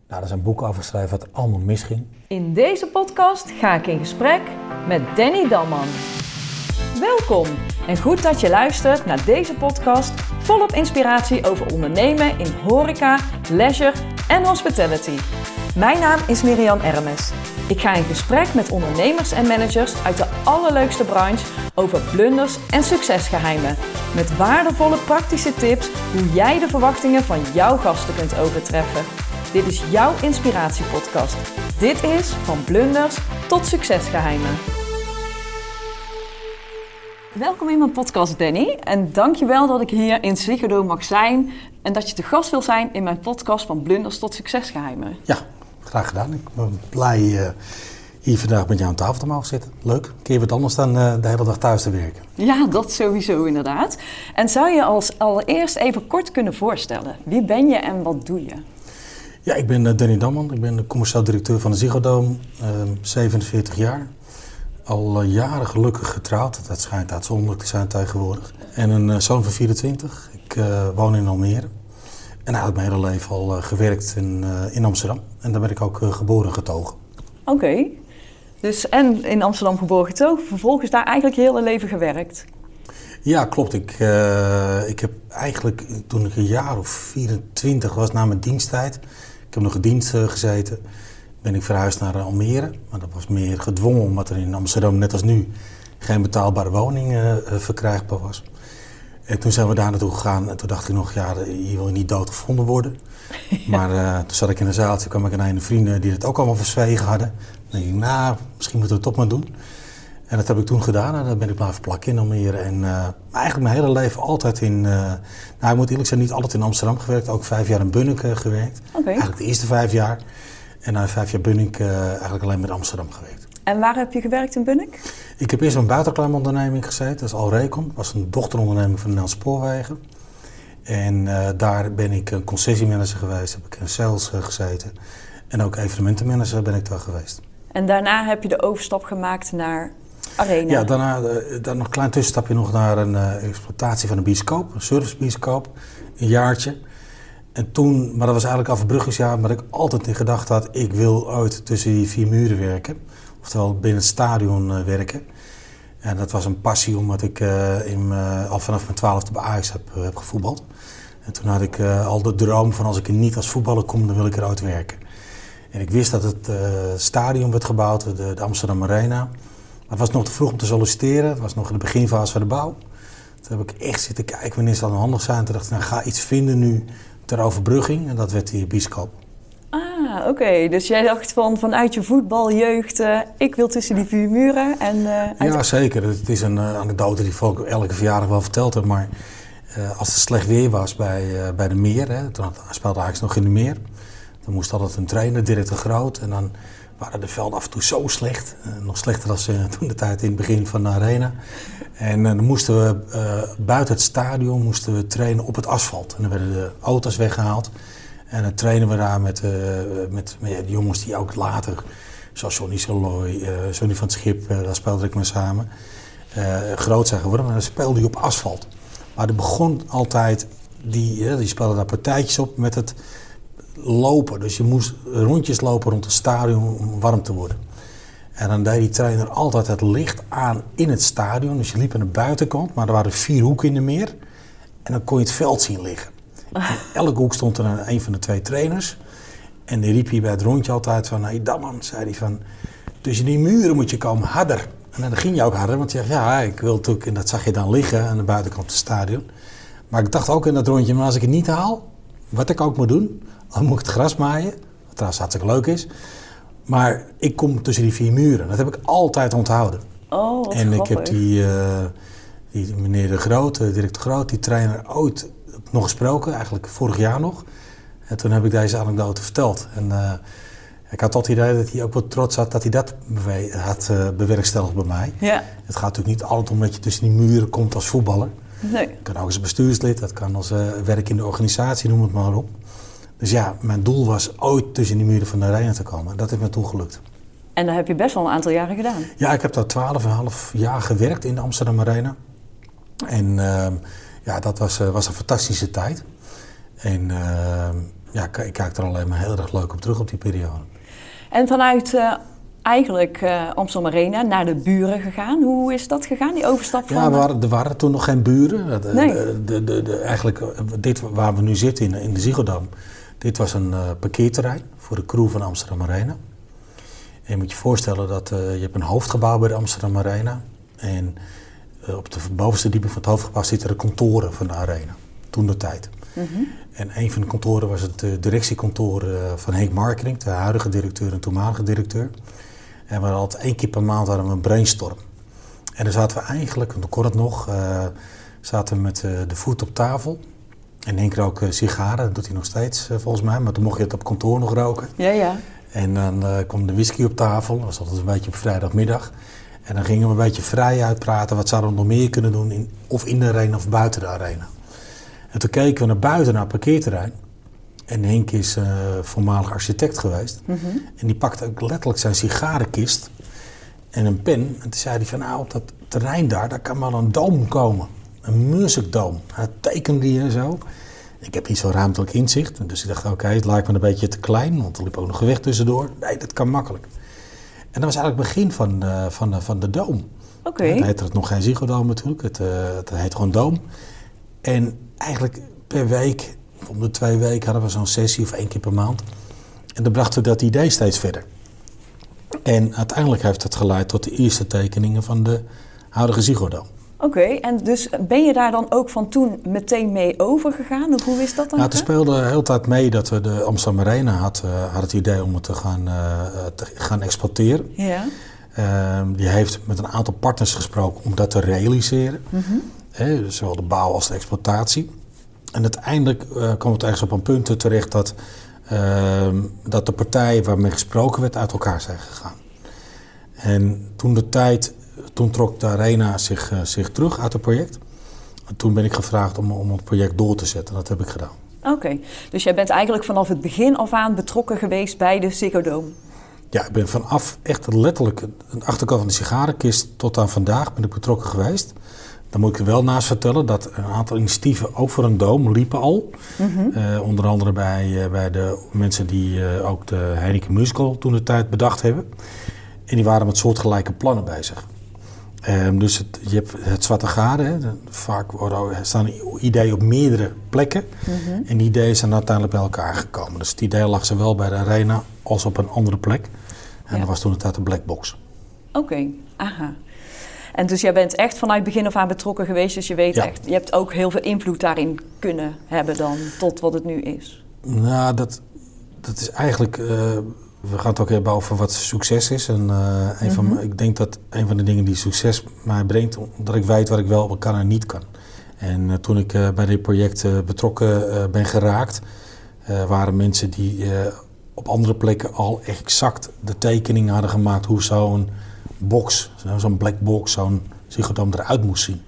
Nou, daar is een boek over geschreven wat allemaal misging. In deze podcast ga ik in gesprek met Danny Damman. Welkom en goed dat je luistert naar deze podcast volop inspiratie over ondernemen in horeca, leisure en hospitality. Mijn naam is Miriam Ermes. Ik ga in gesprek met ondernemers en managers uit de allerleukste branche over blunders en succesgeheimen. Met waardevolle praktische tips hoe jij de verwachtingen van jouw gasten kunt overtreffen. Dit is jouw inspiratiepodcast. Dit is van blunders tot succesgeheimen. Welkom in mijn podcast, Danny. En dankjewel dat ik hier in Ziggo Dome mag zijn. En dat je te gast wil zijn in mijn podcast van blunders tot succesgeheimen. Ja, graag gedaan. Ik ben blij hier vandaag met jou aan tafel te mogen zitten. Leuk. Een keer wat anders dan de hele dag thuis te werken. Ja, dat sowieso inderdaad. En zou je als allereerst even kort kunnen voorstellen? Wie ben je en wat doe je? Ja, ik ben Danny Damman. Ik ben de commercieel directeur van de Ziggo Dome. 47 jaar. Al jaren gelukkig getrouwd. Dat schijnt uitzonderlijk te zijn tegenwoordig. En een zoon van 24. Ik woon in Almere. En heb mijn hele leven al gewerkt in Amsterdam. En daar ben ik ook geboren en getogen. Oké. Dus en in Amsterdam geboren getogen. Vervolgens daar eigenlijk je hele leven gewerkt. Ja, klopt. Ik heb eigenlijk toen ik een jaar of 24 was na mijn diensttijd. Ik heb nog in dienst gezeten. Ben ik verhuisd naar Almere. Maar dat was meer gedwongen omdat er in Amsterdam, net als nu, geen betaalbare woning verkrijgbaar was. En toen zijn we daar naartoe gegaan en toen dacht ik nog, ja, hier wil je niet doodgevonden worden. Ja. Maar toen zat ik in een zaaltje, kwam ik aan een vrienden die het ook allemaal verzwegen hadden. Dan denk ik, nou, misschien moeten we het toch maar doen. En dat heb ik toen gedaan en dan ben ik blijven plakken in Almere. En eigenlijk mijn hele leven altijd in, ik moet eerlijk zijn, niet altijd in Amsterdam gewerkt. Ook 5 jaar in Bunnik gewerkt. Okay. Eigenlijk de eerste 5 jaar. En na 5 jaar Bunnik eigenlijk alleen met Amsterdam gewerkt. En waar heb je gewerkt in Bunnik? Ik heb eerst een buitenreclameonderneming gezeten, dat is Alrecon. Dat was een dochteronderneming van de Nederlandse Spoorwegen. En daar ben ik een concessiemanager geweest, heb ik in sales gezeten. En ook evenementenmanager ben ik daar geweest. En daarna heb je de overstap gemaakt naar Arena? Ja, daarna nog een klein tussenstapje nog naar een exploitatie van een bioscoop, een servicebioscoop, een jaartje. En toen, maar dat was eigenlijk afbruggingsjaar, maar ik altijd in gedachten had, ik wil ooit tussen die 4 muren werken. Oftewel binnen het stadion werken. En dat was een passie omdat ik al vanaf mijn 12e bij Ajax heb gevoetbald. En toen had ik al de droom van als ik er niet als voetballer kom, dan wil ik er ooit werken. En ik wist dat het stadion werd gebouwd, de Amsterdam Arena. Maar het was nog te vroeg om te solliciteren, het was nog in de beginfase van de bouw. Toen heb ik echt zitten kijken wanneer zal het handig zijn. Toen dacht ik, nou, ga iets vinden nu ter overbrugging. En dat werd die bioscoop. Ah, oké. Dus jij dacht vanuit je voetbaljeugd, ik wil tussen die 4 muren. En, ja, zeker. Het is een anekdote die ik elke verjaardag wel verteld heb. Maar als het slecht weer was bij de Meer, hè, toen speelde Ajax nog in de Meer. Dan moest altijd een trainer, direct groot. En dan waren de velden af en toe zo slecht. Nog slechter dan toen de tijd in het begin van de Arena. En dan moesten we buiten het stadion trainen op het asfalt. En dan werden de auto's weggehaald. En dan trainen we daar met de jongens die ook later, zoals Johnny Saloy, Johnny van het Schip, daar speelde ik mee samen, groot zijn geworden. Maar dan speelde hij op asfalt. Maar er begon altijd, die speelden daar partijtjes op met het lopen. Dus je moest rondjes lopen rond het stadion om warm te worden. En dan deed die trainer altijd het licht aan in het stadion. Dus je liep aan de buitenkant, maar er waren 4 hoeken in de Meer. En dan kon je het veld zien liggen. In elke hoek stond er een van de 2 trainers. En die riep hier bij het rondje altijd van, hey Damman, zei hij van, tussen die muren moet je komen, harder. En dan ging je ook harder, want je dacht, ja, ik wil natuurlijk, en dat zag je dan liggen aan de buitenkant van het stadion. Maar ik dacht ook in dat rondje, maar als ik het niet haal, wat ik ook moet doen, dan moet ik het gras maaien, wat trouwens hartstikke leuk is. Maar ik kom tussen die 4 muren, dat heb ik altijd onthouden. Oh, wat en grappig. Ik heb die meneer De Groot, directeur De Groot, die trainer ooit nog gesproken, eigenlijk vorig jaar nog. En toen heb ik deze anekdote verteld. En ik had tot het idee dat hij ook wat trots had dat hij dat had bewerkstelligd bij mij. Ja. Het gaat natuurlijk niet altijd om dat je tussen die muren komt als voetballer. Nee. Dat kan ook als bestuurslid, dat kan als werk in de organisatie, noem het maar op. Dus ja, mijn doel was ooit tussen die muren van de Arena te komen. En dat is me toen gelukt. En dat heb je best wel een aantal jaren gedaan. Ja, ik heb daar 12,5 jaar gewerkt in de Amsterdam Arena. En dat was een fantastische tijd. En ik kijk er alleen maar heel erg leuk op terug op die periode. En vanuit Amsterdam Arena naar de buren gegaan. Hoe is dat gegaan, die overstap van... Ja, er waren toen nog geen buren. Nee. Eigenlijk, dit waar we nu zitten in de Ziggo Dome, dit was een parkeerterrein voor de crew van Amsterdam Arena. En je moet je voorstellen dat je hebt een hoofdgebouw bij de Amsterdam Arena. En op de bovenste verdieping van het hoofdgebouw zitten de kantoren van de Arena. Toen de tijd. Mm-hmm. En een van de kantoren was het directiekantoor van Henk Markering, de huidige directeur en toenmalige directeur. En we hadden altijd 1 keer per maand een brainstorm. En dan zaten we eigenlijk, en toen kon het nog, zaten we met de voet op tafel. En Henk rook sigaren, dat doet hij nog steeds volgens mij, maar toen mocht je het op kantoor nog roken. Ja. En dan kwam de whisky op tafel, dat was altijd een beetje op vrijdagmiddag. En dan gingen we een beetje vrij uitpraten, wat zouden we nog meer kunnen doen, of in de arena of buiten de arena. En toen keken we naar buiten, naar het parkeerterrein. En Henk is voormalig architect geweest. Mm-hmm. En die pakte ook letterlijk zijn sigarenkist en een pen. En toen zei hij van, nou, op dat terrein daar kan wel een doom komen. Een muziekdoom. Dat tekende hij en zo. Ik heb niet zo ruimtelijk inzicht. Dus ik dacht, oké, het lijkt me een beetje te klein. Want er liep ook nog gewicht tussendoor. Nee, dat kan makkelijk. En dat was eigenlijk het begin van de doom. Okay. Het heette nog geen Ziggo Dome natuurlijk. Het heet gewoon Doom. En eigenlijk per week, om de 2 weken hadden we zo'n sessie of 1 keer per maand. En dan brachten we dat idee steeds verder. En uiteindelijk heeft dat geleid tot de eerste tekeningen van de huidige Ziggo Dome. Oké, en dus ben je daar dan ook van toen meteen mee overgegaan? Of hoe is dat dan? Nou, het speelde de hele tijd mee dat we de Amsterdam Arena had het idee om het te gaan exploiteren. Ja. Die heeft met een aantal partners gesproken om dat te realiseren. Mm-hmm. Dus zowel de bouw als de exploitatie. En uiteindelijk kwam het ergens op een punt terecht dat de partijen waarmee gesproken werd uit elkaar zijn gegaan. En toen trok de Arena zich terug uit het project. En toen ben ik gevraagd om het project door te zetten. Dat heb ik gedaan. Oké, dus jij bent eigenlijk vanaf het begin af aan betrokken geweest bij de Ziggo Dome? Ja, ik ben vanaf echt letterlijk de achterkant van de sigarenkist tot aan vandaag ben ik betrokken geweest. Dan moet ik er wel naast vertellen dat een aantal initiatieven ook voor een Dome liepen al. Mm-hmm. Onder andere bij de mensen die ook de Heineken Musical toen de tijd bedacht hebben. En die waren met soortgelijke plannen bezig. Dus je hebt het Zwarte Gade. Vaak staan ideeën op meerdere plekken. Mm-hmm. En die ideeën zijn uiteindelijk bij elkaar gekomen. Dus het idee lag zowel bij de Arena als op een andere plek. En dat was toen de tijd de Black Box. Oké, aha. En dus jij bent echt vanuit begin af aan betrokken geweest. Dus je weet echt, je hebt ook heel veel invloed daarin kunnen hebben dan tot wat het nu is. Nou, dat is eigenlijk... we gaan het ook hebben over wat succes is. En ik denk dat een van de dingen die succes mij brengt, omdat ik weet wat ik wel kan en niet kan. En toen ik bij dit project betrokken ben geraakt, waren mensen die op andere plekken al exact de tekening hadden gemaakt hoe zo'n box, zo'n black box, zo'n Ziggo Dome eruit moest zien.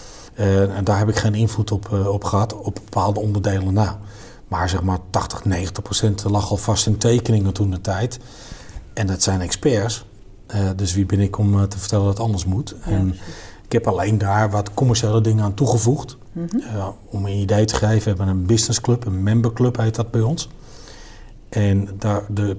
En daar heb ik geen invloed op gehad, op bepaalde onderdelen na. Maar zeg maar 80-90% lag al vast in tekeningen toen de tijd. En dat zijn experts. Dus wie ben ik om te vertellen dat het anders moet. Ja, en ik heb alleen daar wat commerciële dingen aan toegevoegd. Mm-hmm. Om een idee te geven, we hebben een businessclub, een memberclub heet dat bij ons. En daar de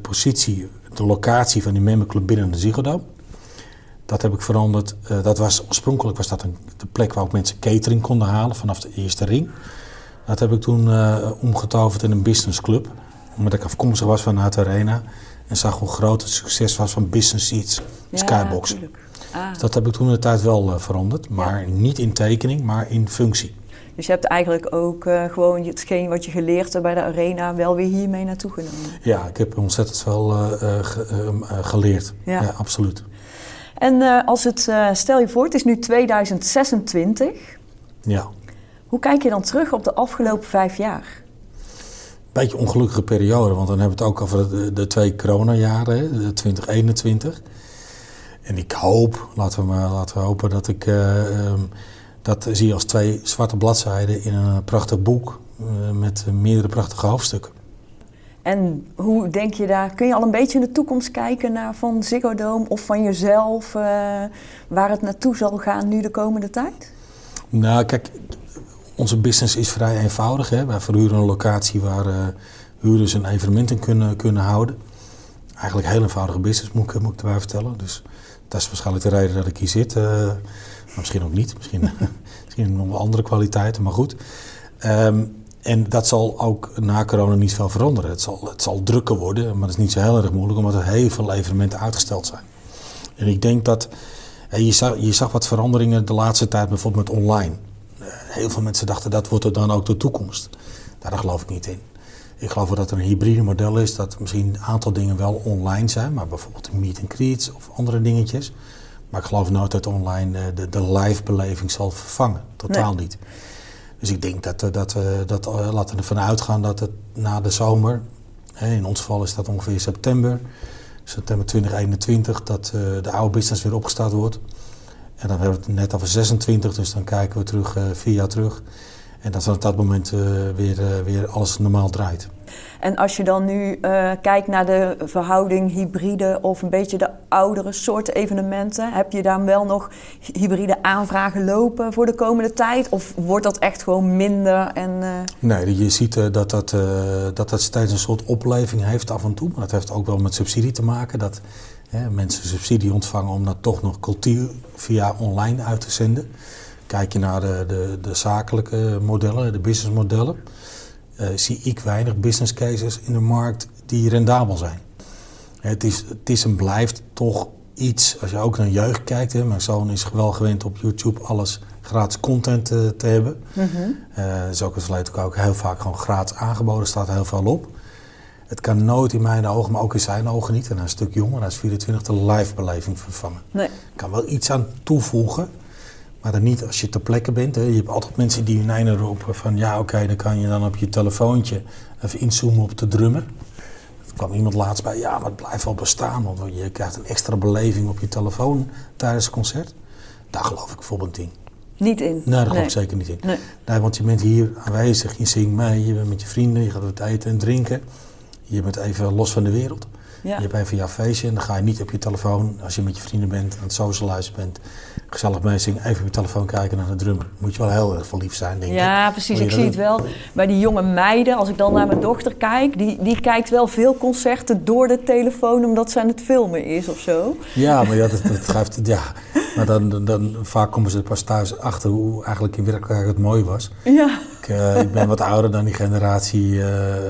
locatie van die memberclub binnen de Ziggo Dome. Dat heb ik veranderd. Oorspronkelijk was dat de plek waar ook mensen catering konden halen vanaf de eerste ring. Dat heb ik toen omgetoverd in een businessclub. Omdat ik afkomstig was vanuit de Arena. En zag hoe groot het succes was van business seats, skyboxen. Dus dat heb ik toen in de tijd wel veranderd. Maar niet in tekening, maar in functie. Dus je hebt eigenlijk ook gewoon hetgeen wat je geleerd hebt bij de Arena wel weer hiermee naartoe genomen. Ja, ik heb ontzettend veel geleerd. Ja, absoluut. En stel je voor, het is nu 2026. Ja. Hoe kijk je dan terug op de afgelopen 5 jaar? Beetje ongelukkige periode, want dan hebben we het ook over de 2 coronajaren, de 2021. En ik hoop, laten we hopen dat ik dat zie als 2 zwarte bladzijden in een prachtig boek met meerdere prachtige hoofdstukken. En hoe denk je daar, kun je al een beetje in de toekomst kijken naar van Ziggo Dome of van jezelf, waar het naartoe zal gaan nu de komende tijd? Nou, kijk, onze business is vrij eenvoudig. Hè? Wij verhuren een locatie waar huurders en evenementen kunnen houden. Eigenlijk een heel eenvoudige business moet ik erbij vertellen. Dus dat is waarschijnlijk de reden dat ik hier zit. Maar misschien ook niet. Misschien nog wel andere kwaliteiten, maar goed. En dat zal ook na corona niet veel veranderen. Het zal drukker worden, maar dat is niet zo heel erg moeilijk, omdat er heel veel evenementen uitgesteld zijn. En ik denk dat, je zag wat veranderingen de laatste tijd bijvoorbeeld met online. Heel veel mensen dachten dat wordt er dan ook de toekomst. Daar geloof ik niet in. Ik geloof dat er een hybride model is, dat misschien een aantal dingen wel online zijn, maar bijvoorbeeld meet and greets of andere dingetjes. Maar ik geloof nooit dat online de live beleving zal vervangen. Totaal niet. Dus ik denk laten we ervan uitgaan dat het na de zomer, in ons geval is dat ongeveer september 2021, dat de oude business weer opgestart wordt. En dan hebben we het net over 26, dus dan kijken we terug 4 jaar terug. En dat op dat moment weer alles normaal draait. En als je dan nu kijkt naar de verhouding hybride of een beetje de oudere soorten evenementen, heb je daar wel nog hybride aanvragen lopen voor de komende tijd? Of wordt dat echt gewoon minder? Nee, je ziet dat steeds een soort opleving heeft af en toe. Maar dat heeft ook wel met subsidie te maken. Dat mensen subsidie ontvangen om dat toch nog cultuur via online uit te zenden. Kijk je naar de zakelijke modellen, de businessmodellen, zie ik weinig business cases in de markt die rendabel zijn. Het is en blijft toch iets, als je ook naar jeugd kijkt, mijn zoon is wel gewend op YouTube alles gratis content te hebben. Mm-hmm. Dat is ook in het verleden ook heel vaak gewoon gratis aangeboden, staat heel veel op. Het kan nooit in mijn ogen, maar ook in zijn ogen niet, en hij is een stuk jonger, hij is 24, de live beleving vervangen. Nee. Ik kan wel iets aan toevoegen. Maar dan niet als je ter plekke bent. Hè. Je hebt altijd mensen die hun einde roepen van dan kan je dan op je telefoontje even inzoomen op de drummer. Er kwam iemand laatst bij, maar het blijft wel bestaan, want je krijgt een extra beleving op je telefoon tijdens het concert. Daar geloof ik bijvoorbeeld in. Niet in? Nee, daar geloof ik zeker niet in. Nee, want je bent hier aanwezig, je zingt mee, je bent met je vrienden, je gaat wat eten en drinken. Je bent even los van de wereld. Ja. Je hebt even jouw feestje en dan ga je niet op je telefoon, als je met je vrienden bent, aan het socializen bent, gezellig mee zingen, even op je telefoon kijken naar de drummer. Moet je wel heel erg verliefd zijn, denk ik. Ja, precies. Ik zie het wel bij die jonge meiden. Als ik dan naar mijn dochter kijk, die kijkt wel veel concerten door de telefoon, omdat ze aan het filmen is of zo. Ja, maar dat geeft, maar dan vaak komen ze pas thuis achter hoe eigenlijk in werkelijkheid het mooi was. Ja. Ik ben wat ouder dan die generatie.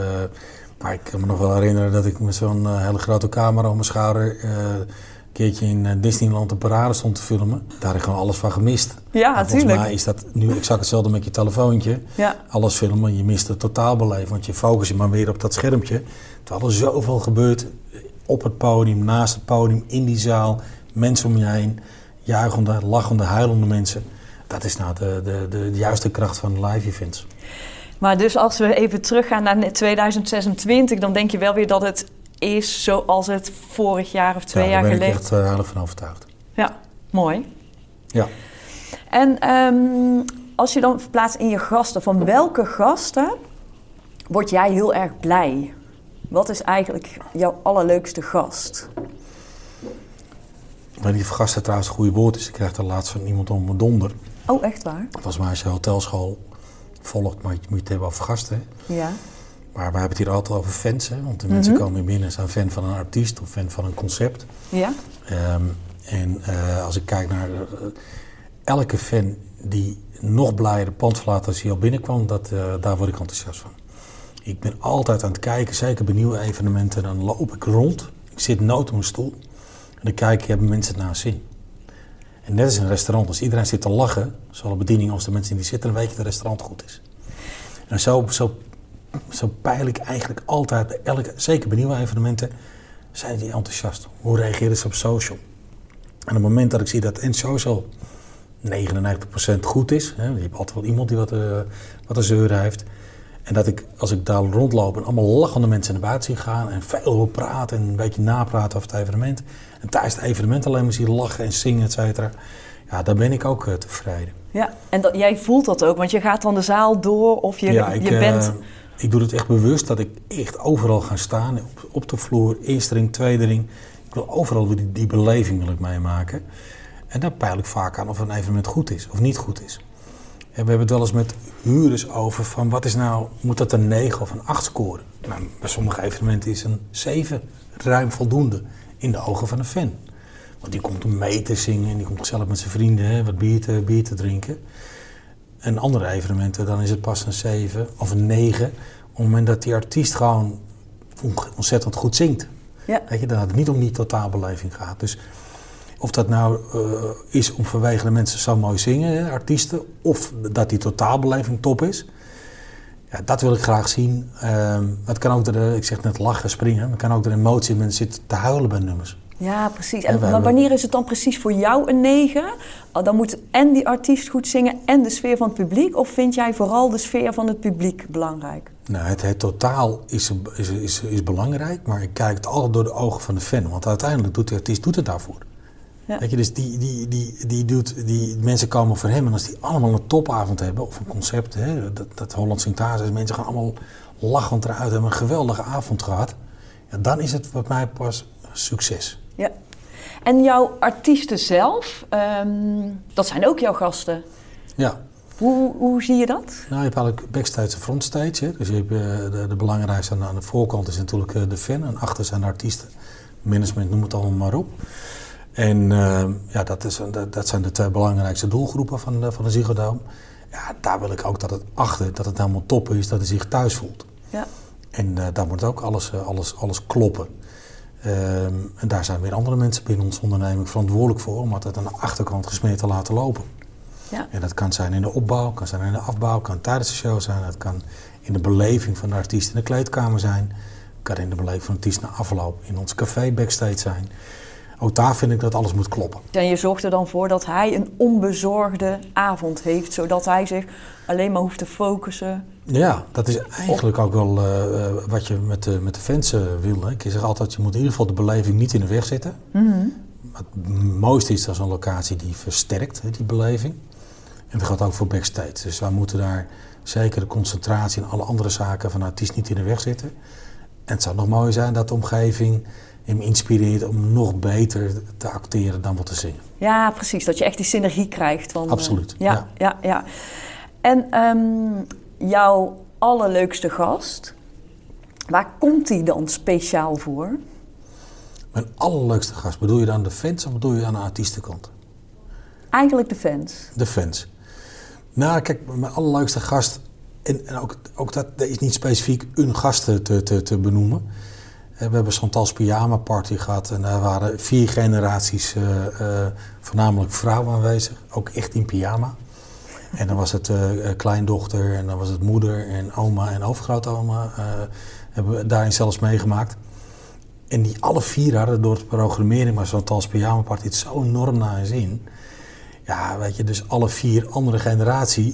Maar ik kan me nog wel herinneren dat ik met zo'n hele grote camera op mijn schouder een keertje in Disneyland een parade stond te filmen. Daar heb ik gewoon alles van gemist. Ja, natuurlijk. Volgens mij is dat nu exact hetzelfde met je telefoontje. Ja. Alles filmen, je mist het totaalbeleven, want je focust je maar weer op dat schermpje. Terwijl er zoveel gebeurt op het podium, naast het podium, in die zaal, mensen om je heen, juichende, lachende, huilende mensen. Dat is nou de juiste kracht van live events. Maar dus als we even teruggaan naar 2026, dan denk je wel weer dat het is zoals het vorig jaar of 2 jaar geleden. Daar ben ik echt heel van overtuigd. Ja, mooi. Ja. En als je dan verplaatst in je gasten, van welke gasten word jij heel erg blij? Wat is eigenlijk jouw allerleukste gast? Maar die gasten trouwens een goede woord is. Ik kreeg er laatst van iemand om mijn donder. Oh, echt waar? Volgens mij als je hotelschool volgt, maar je moet het hebben over gasten. Ja. Maar we hebben het hier altijd over fans, hè? Want de mensen komen hier binnen en zijn fan van een artiest of fan van een concept. Ja. Als ik kijk naar elke fan die nog blijer de pand verlaat als hij al binnenkwam, daar word ik enthousiast van. Ik ben altijd aan het kijken, zeker bij nieuwe evenementen, dan loop ik rond. Ik zit nooit op mijn stoel en dan kijk ik, hebben mensen het naar zin. En net als in een restaurant, als iedereen zit te lachen, zowel de bediening als de mensen die zitten, dan weet je dat het restaurant goed is. En zo peil ik eigenlijk altijd bij zeker bij nieuwe evenementen, zijn die enthousiast. Hoe reageren ze op social? En op het moment dat ik zie dat in social 99% goed is, hè, je hebt altijd wel iemand die wat te zeuren heeft. En dat ik, als ik daar rondloop en allemaal lachende mensen naar buiten zie gaan en veel over praten en een beetje napraten over het evenement. En tijdens het evenement alleen maar zie lachen en zingen, et cetera. Ja, daar ben ik ook tevreden. Ja, en jij voelt dat ook, want je gaat dan de zaal door of je bent... Ik doe het echt bewust dat ik echt overal ga staan, op de vloer, eerste ring, tweede ring. Ik wil overal die beleving wil ik meemaken. En daar peil ik vaak aan of een evenement goed is of niet goed is. En we hebben het wel eens met huurders over van wat is nou, moet dat een 9 of een 8 scoren? Nou, bij sommige evenementen is een 7 ruim voldoende in de ogen van een fan. Want die komt om mee te zingen en die komt gezellig met zijn vrienden wat bier te drinken. En andere evenementen, dan is het pas een 7 of een 9 op het moment dat die artiest gewoon ontzettend goed zingt. Ja. Weet je, dat het niet om die totaalbeleving gaat. Dus of dat nou is om vanwege de mensen zo mooi zingen, artiesten, of dat die totaalbeleving top is. Ja, dat wil ik graag zien. Het kan ook ik zeg net lachen, springen, maar het kan ook de emotie, mensen zitten te huilen bij nummers. Ja, precies. Maar wanneer is het dan precies voor jou een 9? Dan moet en die artiest goed zingen en de sfeer van het publiek? Of vind jij vooral de sfeer van het publiek belangrijk? Nou, het totaal is belangrijk, maar ik kijk het altijd door de ogen van de fan. Want uiteindelijk doet de artiest het daarvoor. Ja. Weet je, dus die mensen komen voor hem en als die allemaal een topavond hebben, of een concept, dat Holland zingt Hazes, mensen gaan allemaal lachend eruit, hebben een geweldige avond gehad. Ja, dan is het wat mij pas succes. Ja. En jouw artiesten zelf, dat zijn ook jouw gasten. Ja. Hoe zie je dat? Nou, je hebt eigenlijk backstage en frontstage. Hè? Dus je hebt, de belangrijkste aan de voorkant is natuurlijk de fan en achter zijn de artiesten. Management, noem het allemaal maar op. En dat zijn de 2 belangrijkste doelgroepen van de Ziggo Dome. Ja, daar wil ik ook dat het helemaal top is, dat hij zich thuis voelt. Ja. En daar moet ook alles kloppen. En daar zijn weer andere mensen binnen onze onderneming verantwoordelijk voor om het aan de achterkant gesmeerd te laten lopen. Ja. En dat kan zijn in de opbouw, kan zijn in de afbouw, kan tijdens de show zijn. Dat kan in de beleving van de artiest in de kleedkamer zijn. Kan in de beleving van de artiest na afloop in ons café backstage zijn. Ook daar vind ik dat alles moet kloppen. En je zorgt er dan voor dat hij een onbezorgde avond heeft, zodat hij zich alleen maar hoeft te focussen. Ja, dat is eigenlijk ook wel wat je met de fans wil. Hè. Ik zeg altijd, je moet in ieder geval de beleving niet in de weg zetten. Mm-hmm. Het mooiste is dat zo'n locatie die versterkt, die beleving. En dat gaat ook voor backstage. Dus wij moeten daar zeker de concentratie en alle andere zaken van de artiest niet in de weg zitten. En het zou nog mooier zijn dat de omgeving hem inspireert om nog beter te acteren dan wat te zingen. Ja, precies. Dat je echt die synergie krijgt. Absoluut. Ja. En jouw allerleukste gast, waar komt die dan speciaal voor? Mijn allerleukste gast, bedoel je dan de fans of bedoel je aan de artiestenkant? Eigenlijk de fans. De fans. Nou, kijk, mijn allerleukste gast, en ook dat is niet specifiek een gast te benoemen. We hebben Chantal's Pyjama Party gehad en daar waren 4 generaties, voornamelijk vrouwen aanwezig, ook echt in pyjama. En dan was het kleindochter en dan was het moeder en oma en overgrootoma, hebben we daarin zelfs meegemaakt. En die alle 4 hadden door het programmering, maar Chantal's Pyjama Party het zo enorm naar hun zin. Ja, weet je, dus alle 4 andere generatie,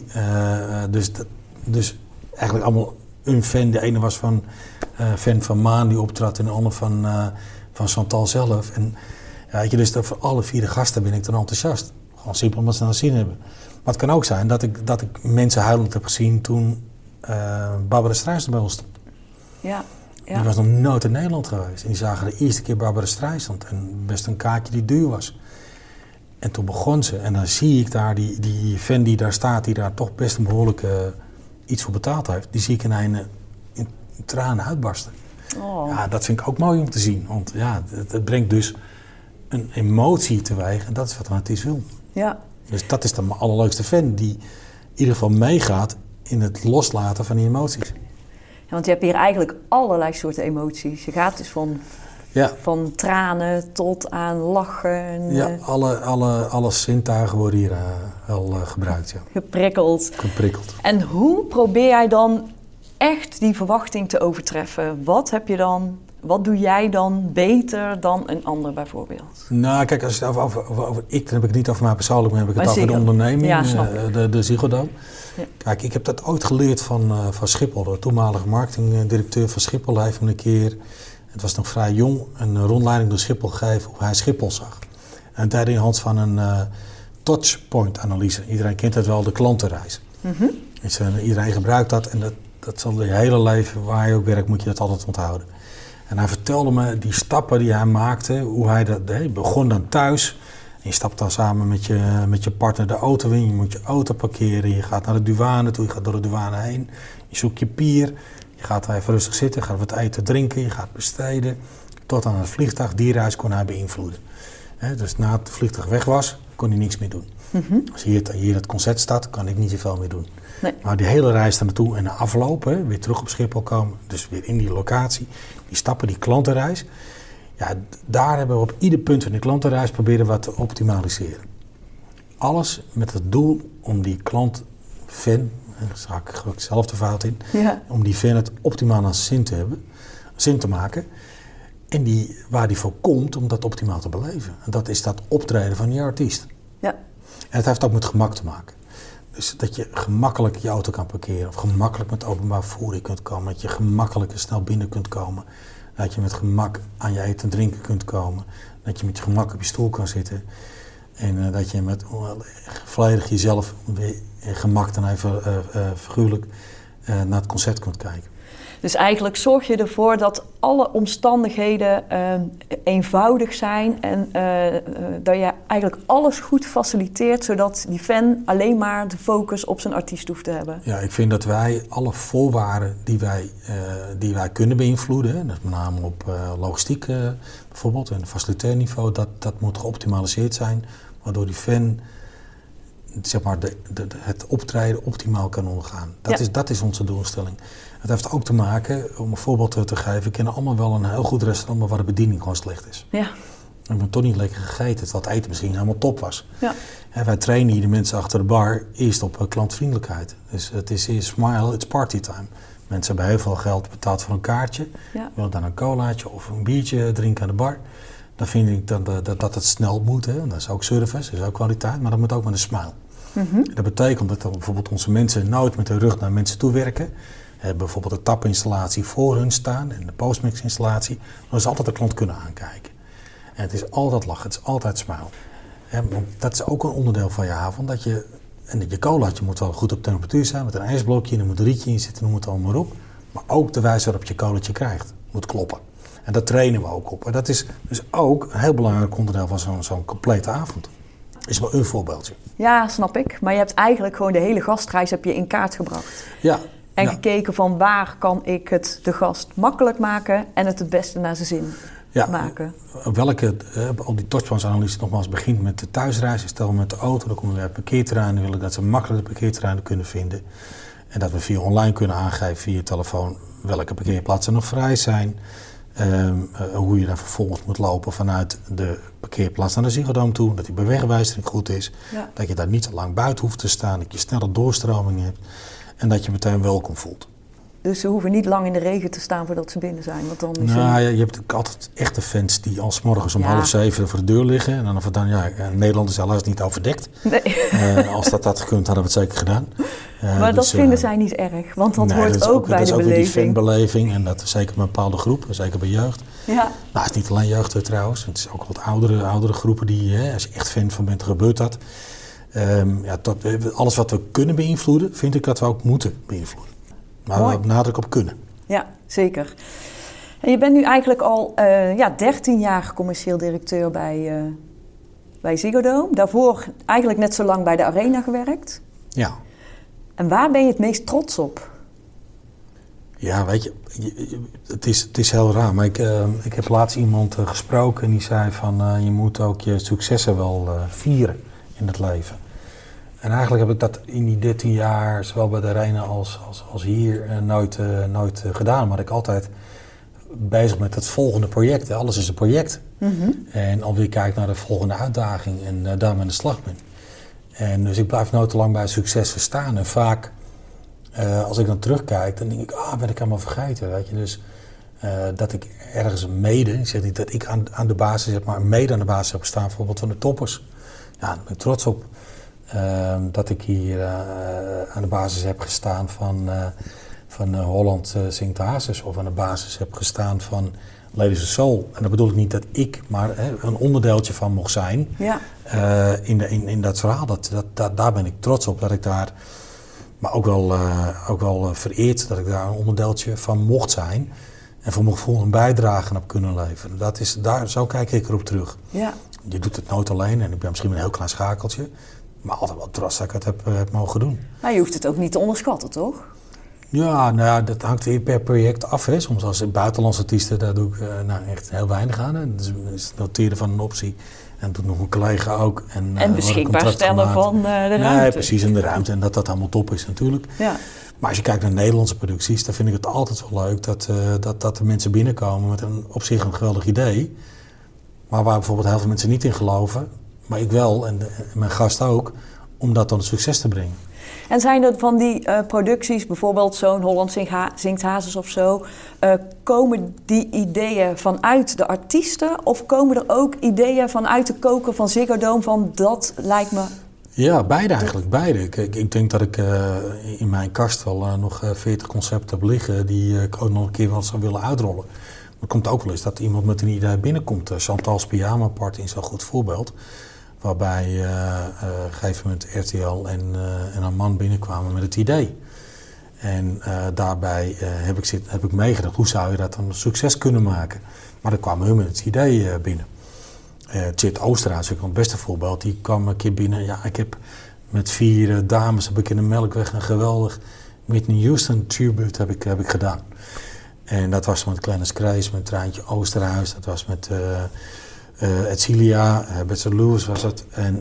dus eigenlijk allemaal een fan. De ene was fan van Maan die optrad en de ander van Chantal zelf. En ja, weet je, dus voor alle 4 de gasten ben ik dan enthousiast. Gewoon simpel omdat ze naar zin hebben. Maar het kan ook zijn dat ik mensen huilend heb gezien toen Barbara Streisand bij ons stond. Ja. Die was nog nooit in Nederland geweest. En die zagen de eerste keer Barbara Streisand en best een kaartje die duur was. En toen begon ze. En dan zie ik daar die fan die daar staat, die daar toch best een behoorlijk iets voor betaald heeft. Die zie ik in tranen uitbarsten. Oh. Ja, dat vind ik ook mooi om te zien. Want ja, het brengt dus een emotie teweeg. En dat is wat een artiest wil. Ja. Dus dat is dan mijn allerleukste fan. Die in ieder geval meegaat in het loslaten van die emoties. Ja, want je hebt hier eigenlijk allerlei soorten emoties. Je gaat dus van tranen tot aan lachen. Ja, alle zintuigen worden hier wel gebruikt. Ja. Geprikkeld. En hoe probeer jij dan echt die verwachting te overtreffen? Wat doe jij dan beter dan een ander bijvoorbeeld? Nou, kijk, als je het over ik, dan heb ik het niet over mij persoonlijk, maar heb ik het over de onderneming, de Ziggo Dome. Ja. Kijk, ik heb dat ooit geleerd van Schiphol. De toenmalige marketingdirecteur van Schiphol heeft me een keer, het was nog vrij jong, een rondleiding door Schiphol gegeven hoe hij Schiphol zag. En daar in de hand van een touchpoint-analyse. Iedereen kent het wel, de klantenreis. Mm-hmm. Dus, iedereen gebruikt dat en dat zal je hele leven, waar je ook werkt, moet je dat altijd onthouden. En hij vertelde me die stappen die hij maakte, hoe hij dat deed. Begon dan thuis. Je stapt dan samen met je partner de auto in, je moet je auto parkeren, je gaat naar de douane toe, je gaat door de douane heen, je zoekt je pier, je gaat even rustig zitten, je gaat wat eten, drinken, je gaat besteden, tot aan het vliegtuig. Die reis kon hij beïnvloeden. Dus na het vliegtuig weg was, kon hij niks meer doen. Als hier het concert staat, kan ik niet zoveel meer doen. Nee. Maar die hele reis daar naartoe en na afloop, weer terug op Schiphol komen, dus weer in die locatie, die stappen, die klantenreis. Ja, daar hebben we op ieder punt van die klantenreis proberen wat te optimaliseren. Alles met het doel om die klant, fan, daar ga ik zelf de fout in, om die fan het optimaal aan zin te maken. En waar die voor komt om dat optimaal te beleven. En dat is dat optreden van je artiest. Ja. En het heeft ook met gemak te maken. Dus dat je gemakkelijk je auto kan parkeren of gemakkelijk met openbaar vervoer kunt komen. Dat je gemakkelijk en snel binnen kunt komen. Dat je met gemak aan je eten en drinken kunt komen. Dat je met je gemak op je stoel kan zitten. En dat je met volledig jezelf weer gemak dan even figuurlijk naar het concert kunt kijken. Dus eigenlijk zorg je ervoor dat alle omstandigheden eenvoudig zijn en dat je eigenlijk alles goed faciliteert, zodat die fan alleen maar de focus op zijn artiest hoeft te hebben. Ja, ik vind dat wij alle voorwaarden die wij kunnen beïnvloeden, dat met name op logistiek bijvoorbeeld en faciliteerniveau, dat moet geoptimaliseerd zijn, waardoor die fan zeg maar het optreden optimaal kan ondergaan. Dat is onze doelstelling. Het heeft ook te maken, om een voorbeeld te geven, we kennen allemaal wel een heel goed restaurant waar de bediening gewoon slecht is. Ja. We hebben toch niet lekker gegeten, terwijl het eten misschien helemaal top was. Ja. En wij trainen hier de mensen achter de bar eerst op klantvriendelijkheid. Dus het is eerst smile, it's party time. Mensen hebben heel veel geld betaald voor een kaartje. Ja. Willen dan een colaatje of een biertje drinken aan de bar. Dan vind ik dat het snel moet. Hè. Dat is ook service, dat is ook kwaliteit, maar dat moet ook met een smile. Dat betekent dat bijvoorbeeld onze mensen nooit met hun rug naar mensen toe werken. Bijvoorbeeld de tapinstallatie voor hun staan en de postmix-installatie. Dan ze altijd de klant kunnen aankijken. En het is altijd lachen, het is altijd smile. Want dat is ook een onderdeel van je avond. Dat je colaatje moet wel goed op temperatuur zijn, met een ijsblokje en er moet een rietje in zitten, noem het allemaal maar op. Maar ook de wijze waarop je colaatje krijgt, moet kloppen. En dat trainen we ook op. En dat is dus ook een heel belangrijk onderdeel van zo'n complete avond. Is wel een voorbeeldje. Ja, snap ik. Maar je hebt eigenlijk gewoon de hele gastreis heb je in kaart gebracht. Ja. En gekeken van waar kan ik het de gast makkelijk maken en het beste naar zijn zin maken. Al die touchpoints-analyse nogmaals begint met de thuisreis. Ik stel met de auto, dan komen we bij het parkeerterrein. Dan wil ik dat ze makkelijk de parkeerterreinen kunnen vinden. En dat we via online kunnen aangeven via je telefoon welke parkeerplaatsen nog vrij zijn. Hoe je daar vervolgens moet lopen vanuit de parkeerplaats naar de Ziggo Dome toe. Dat die bewegwijzering goed is. Ja. Dat je daar niet te lang buiten hoeft te staan. Dat je snelle doorstroming hebt. En dat je meteen welkom voelt. Dus ze hoeven niet lang in de regen te staan voordat ze binnen zijn? Want dan is je hebt altijd echte fans die al 's morgens om 6:30 voor de deur liggen. En dan of het dan, Nederland is helaas niet overdekt. Nee. Als dat had gekund, hadden we het zeker gedaan. Maar dat vinden zij niet erg, want dat hoort ook bij de beleving. Dat is ook weer die fanbeleving en dat is zeker bij een bepaalde groep, zeker bij jeugd. Ja. Nou, het is niet alleen jeugd trouwens, het is ook wat oudere groepen die, als je echt fan van bent, gebeurt dat. Alles wat we kunnen beïnvloeden, vind ik dat we ook moeten beïnvloeden. Maar we hebben nadruk op kunnen. Ja, zeker. En je bent nu eigenlijk al 13 jaar commercieel directeur bij Ziggo Dome. Daarvoor eigenlijk net zo lang bij de Arena gewerkt. Ja. En waar ben je het meest trots op? Ja, weet je, het is heel raar. Maar ik heb laatst iemand gesproken en die zei van je moet ook je successen wel vieren in het leven. En eigenlijk heb ik dat in die 13 jaar, zowel bij de Arena als hier, nooit gedaan. Maar ik altijd bezig met het volgende project. Alles is een project. Mm-hmm. En alweer kijk naar de volgende uitdaging en daarmee aan de slag ben. En dus ik blijf nooit te lang bij successen staan. En vaak, als ik dan terugkijk, dan denk ik, ben ik helemaal vergeten. Weet je? Dus dat ik ergens ik zeg niet dat ik aan de basis heb, maar mede aan de basis heb gestaan, bijvoorbeeld van de toppers. Ja, daar ben ik trots op. Dat ik hier aan de basis heb gestaan van Holland Zingt de Hazes, of aan de basis heb gestaan van Ladies of Soul. En dat bedoel ik niet dat ik maar een onderdeeltje van mocht zijn in dat verhaal. Daar ben ik trots op, dat ik daar, maar ook wel vereerd dat ik daar een onderdeeltje van mocht zijn. En voor mijn gevoel een bijdrage op kunnen leveren. Zo kijk ik erop terug. Ja. je doet het nooit alleen en ik ben misschien een heel klein schakeltje. Maar altijd wel trots dat ik het heb mogen doen. Maar je hoeft het ook niet te onderschatten, toch? Ja, nou ja, dat hangt weer per project af. Hè. Soms als buitenlandse artiesten, daar doe ik echt heel weinig aan. Hè. Dus het noteren van een optie. En dat doet nog een collega ook. En beschikbaar stellen van de ruimte. Nee, precies, in de ruimte. En dat allemaal top is natuurlijk. Ja. Maar als je kijkt naar Nederlandse producties, dan vind ik het altijd wel leuk dat er mensen binnenkomen met op zich een geweldig idee. Maar waar bijvoorbeeld heel veel mensen niet in geloven. Maar ik wel en mijn gast ook, om dat tot een succes te brengen. En zijn er van die producties, bijvoorbeeld zo'n Holland Zingt Hazes of zo, komen die ideeën vanuit de artiesten of komen er ook ideeën vanuit de koker van Ziggo Dome van dat lijkt me... Ja, beide eigenlijk, beide. Ik denk dat ik in mijn kast wel nog 40 concepten heb liggen die ik ook nog een keer wel zou willen uitrollen. Maar het komt ook wel eens dat iemand met een idee binnenkomt. Chantal's Pyjama Party is een goed voorbeeld. Waarbij op een gegeven moment RTL en een man binnenkwamen met het idee. En daarbij heb ik meegedacht, hoe zou je dat dan een succes kunnen maken? Maar dan kwamen hun met het idee binnen. Tjit Oosterhuis is het beste voorbeeld. Die kwam een keer binnen. Ja, ik heb met 4 dames heb ik in de Melkweg een geweldig Whitney Houston tribute heb ik gedaan. En dat was met Glennis Grace, met Treintje Oosterhuis. Dat was met Edcilia, Betsy Lewis was het. En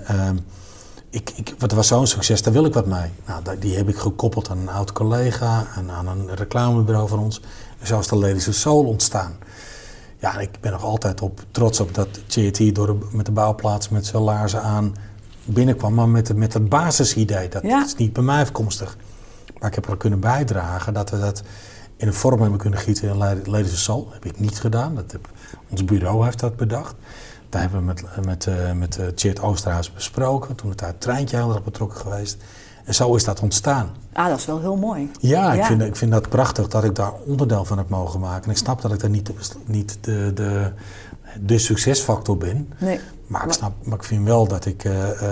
het was zo'n succes, daar wil ik wat mee. Nou, die heb ik gekoppeld aan een oud collega en aan een reclamebureau van ons. En zo is de Ladies of Soul ontstaan. Ja, en ik ben nog altijd trots op dat JT met de bouwplaats met zijn laarzen aan binnenkwam. Maar met het basisidee, dat is niet bij mij afkomstig. Maar ik heb er kunnen bijdragen dat we dat in een vorm hebben kunnen gieten in Ladies of Soul. Dat heb ik niet gedaan, ons bureau heeft dat bedacht. Daar hebben we met Tjeerd Oosterhuis besproken. Toen het daar Treintje heel erg betrokken geweest. En zo is dat ontstaan. Ah, dat is wel heel mooi. Ja, ik vind dat prachtig dat ik daar onderdeel van heb mogen maken. En ik snap dat ik daar niet de succesfactor ben. Nee. Maar ik vind wel dat ik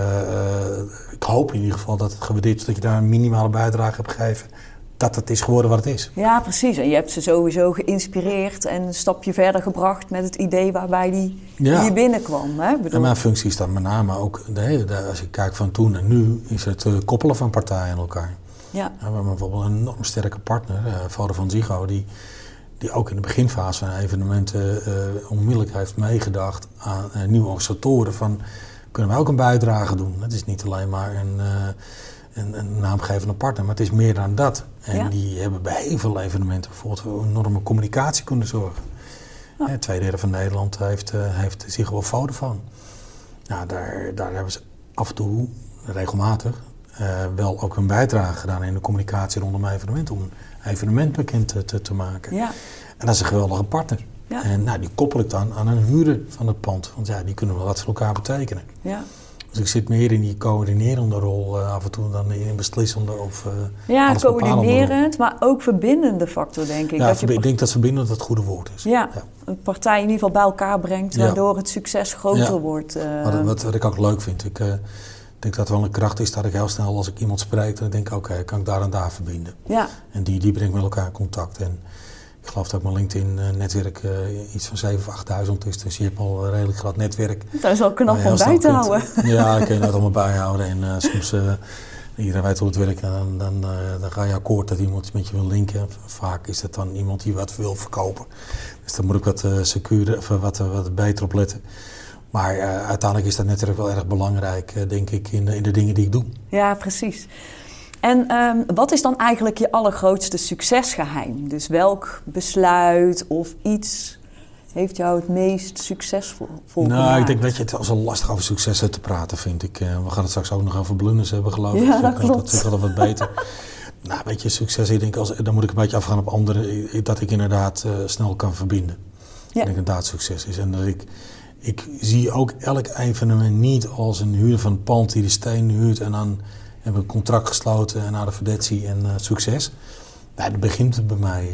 hoop in ieder geval dat het gewaardeerd is dat je daar een minimale bijdrage hebt gegeven. Dat het is geworden wat het is. Ja, precies. En je hebt ze sowieso geïnspireerd en een stapje verder gebracht met het idee waarbij die hier binnenkwam. Hè? En mijn functie is dan met name ook, als ik kijk van toen en nu, is het koppelen van partijen aan elkaar. Ja. We hebben bijvoorbeeld een enorm sterke partner, Vader van Ziggo, die ook in de beginfase van evenementen onmiddellijk heeft meegedacht aan nieuwe organisatoren van, kunnen wij ook een bijdrage doen? Het is niet alleen maar een naamgevende partner, maar het is meer dan dat. En die hebben bij heel veel evenementen bijvoorbeeld voor enorme communicatie kunnen zorgen. Ja. 2/3 van Nederland heeft Ziggo of Vodafone. Nou, daar hebben ze af en toe, regelmatig, wel ook een bijdrage gedaan in de communicatie rondom evenementen, om een evenement bekend te maken. Ja. En dat is een geweldige partner. Ja. En die koppel ik dan aan een huurder van het pand, want die kunnen wel wat voor elkaar betekenen. Ja. Dus ik zit meer in die coördinerende rol af en toe dan in een beslissende of coördinerend, maar ook verbindende factor, denk ik. Ja, ik denk dat verbindend het goede woord is. Ja, een partij in ieder geval bij elkaar brengt, waardoor het succes groter wordt. Wat ik ook leuk vind. Ik denk dat het wel een kracht is dat ik heel snel, als ik iemand spreek, dan denk ik, oké, kan ik daar en daar verbinden. Ja. En die brengt met elkaar in contact. En ik geloof dat mijn LinkedIn-netwerk iets van 7.000 of 8.000 is. Dus je hebt al een redelijk groot netwerk. Dat is wel knap om bij te houden. Ja, ik kan je dat allemaal bijhouden. En soms, iedereen weet hoe het werkt. En dan ga je akkoord dat iemand met je wil linken. Vaak is het dan iemand die wat wil verkopen. Dus daar moet ik wat secuurder, of wat beter op letten. Maar uiteindelijk is dat netwerk wel erg belangrijk, denk ik, in de dingen die ik doe. Ja, precies. En wat is dan eigenlijk je allergrootste succesgeheim? Dus welk besluit of iets heeft jou het meest succesvol gemaakt? Ik denk dat je het als een lastig over successen te praten, vind ik. We gaan het straks ook nog over blunders hebben, geloof ik. Ja, dat klopt. Dat is wel wat beter. Weet je, succes, ik denk, dan moet ik een beetje afgaan op anderen, dat ik inderdaad snel kan verbinden. Ja. Dat inderdaad succes is. En dat ik zie ook elk evenement niet als een huur van een pand die de steen huurt en dan hebben we een contract gesloten en naar de verdentie en succes. Dat begint het bij mij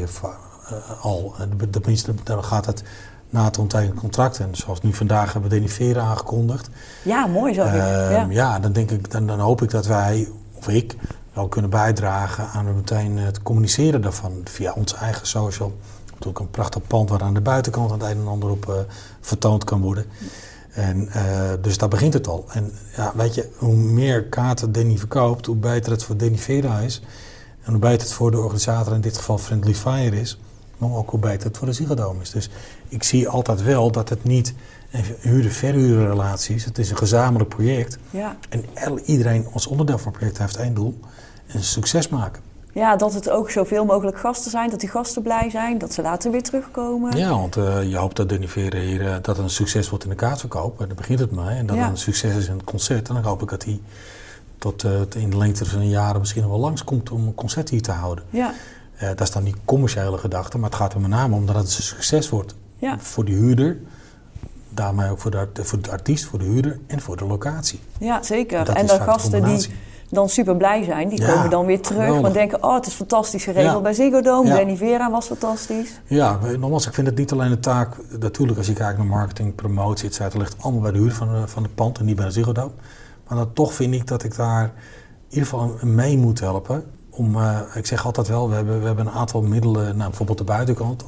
al. Tenminste, dan gaat het na het ondertekenen contract. En zoals nu vandaag hebben we Deniveren aangekondigd. Ja, mooi zo. Dan denk ik, dan hoop ik dat wij, of ik, wel kunnen bijdragen aan meteen het communiceren daarvan via onze eigen social. Natuurlijk een prachtig pand waar aan de buitenkant het een en ander op vertoond kan worden. En dus daar begint het al. En ja, weet je, hoe meer kaarten Danny verkoopt, hoe beter het voor Danny Vera is. En hoe beter het voor de organisator, in dit geval Friendly Fire is. Maar ook hoe beter het voor de Ziggo Dome is. Dus ik zie altijd wel dat het niet huurder-verhuurder relaties. Het is een gezamenlijk project. Ja. En iedereen als onderdeel van het project heeft één doel. En succes maken. Ja, dat het ook zoveel mogelijk gasten zijn. Dat die gasten blij zijn. Dat ze later weer terugkomen. Ja, want je hoopt dat Danny Vera hier dat het een succes wordt in de kaartverkoop. En daar begint het mee. En dat het een succes is in het concert. En dan hoop ik dat hij tot in de lengte van de jaren misschien nog wel langskomt om een concert hier te houden. Ja. Dat is dan niet commerciële gedachte, maar het gaat er met name om dat het een succes wordt. Ja. Voor de huurder, daarmee ook voor de artiest, voor de huurder en voor de locatie. Ja, zeker. En de gasten die dan super blij zijn, die komen dan weer terug. Geweldig. Want denken, het is fantastisch geregeld bij Ziggo Dome. Ja. Danny Vera was fantastisch. Ja, nogmaals, ik vind het niet alleen een taak. Natuurlijk, als je kijkt naar marketing, promotie, et cetera, ligt allemaal bij de huur van het pand en niet bij de Ziggo Dome. Maar dan toch vind ik dat ik daar in ieder geval mee moet helpen. Ik zeg altijd wel, we hebben een aantal middelen, bijvoorbeeld de buitenkant,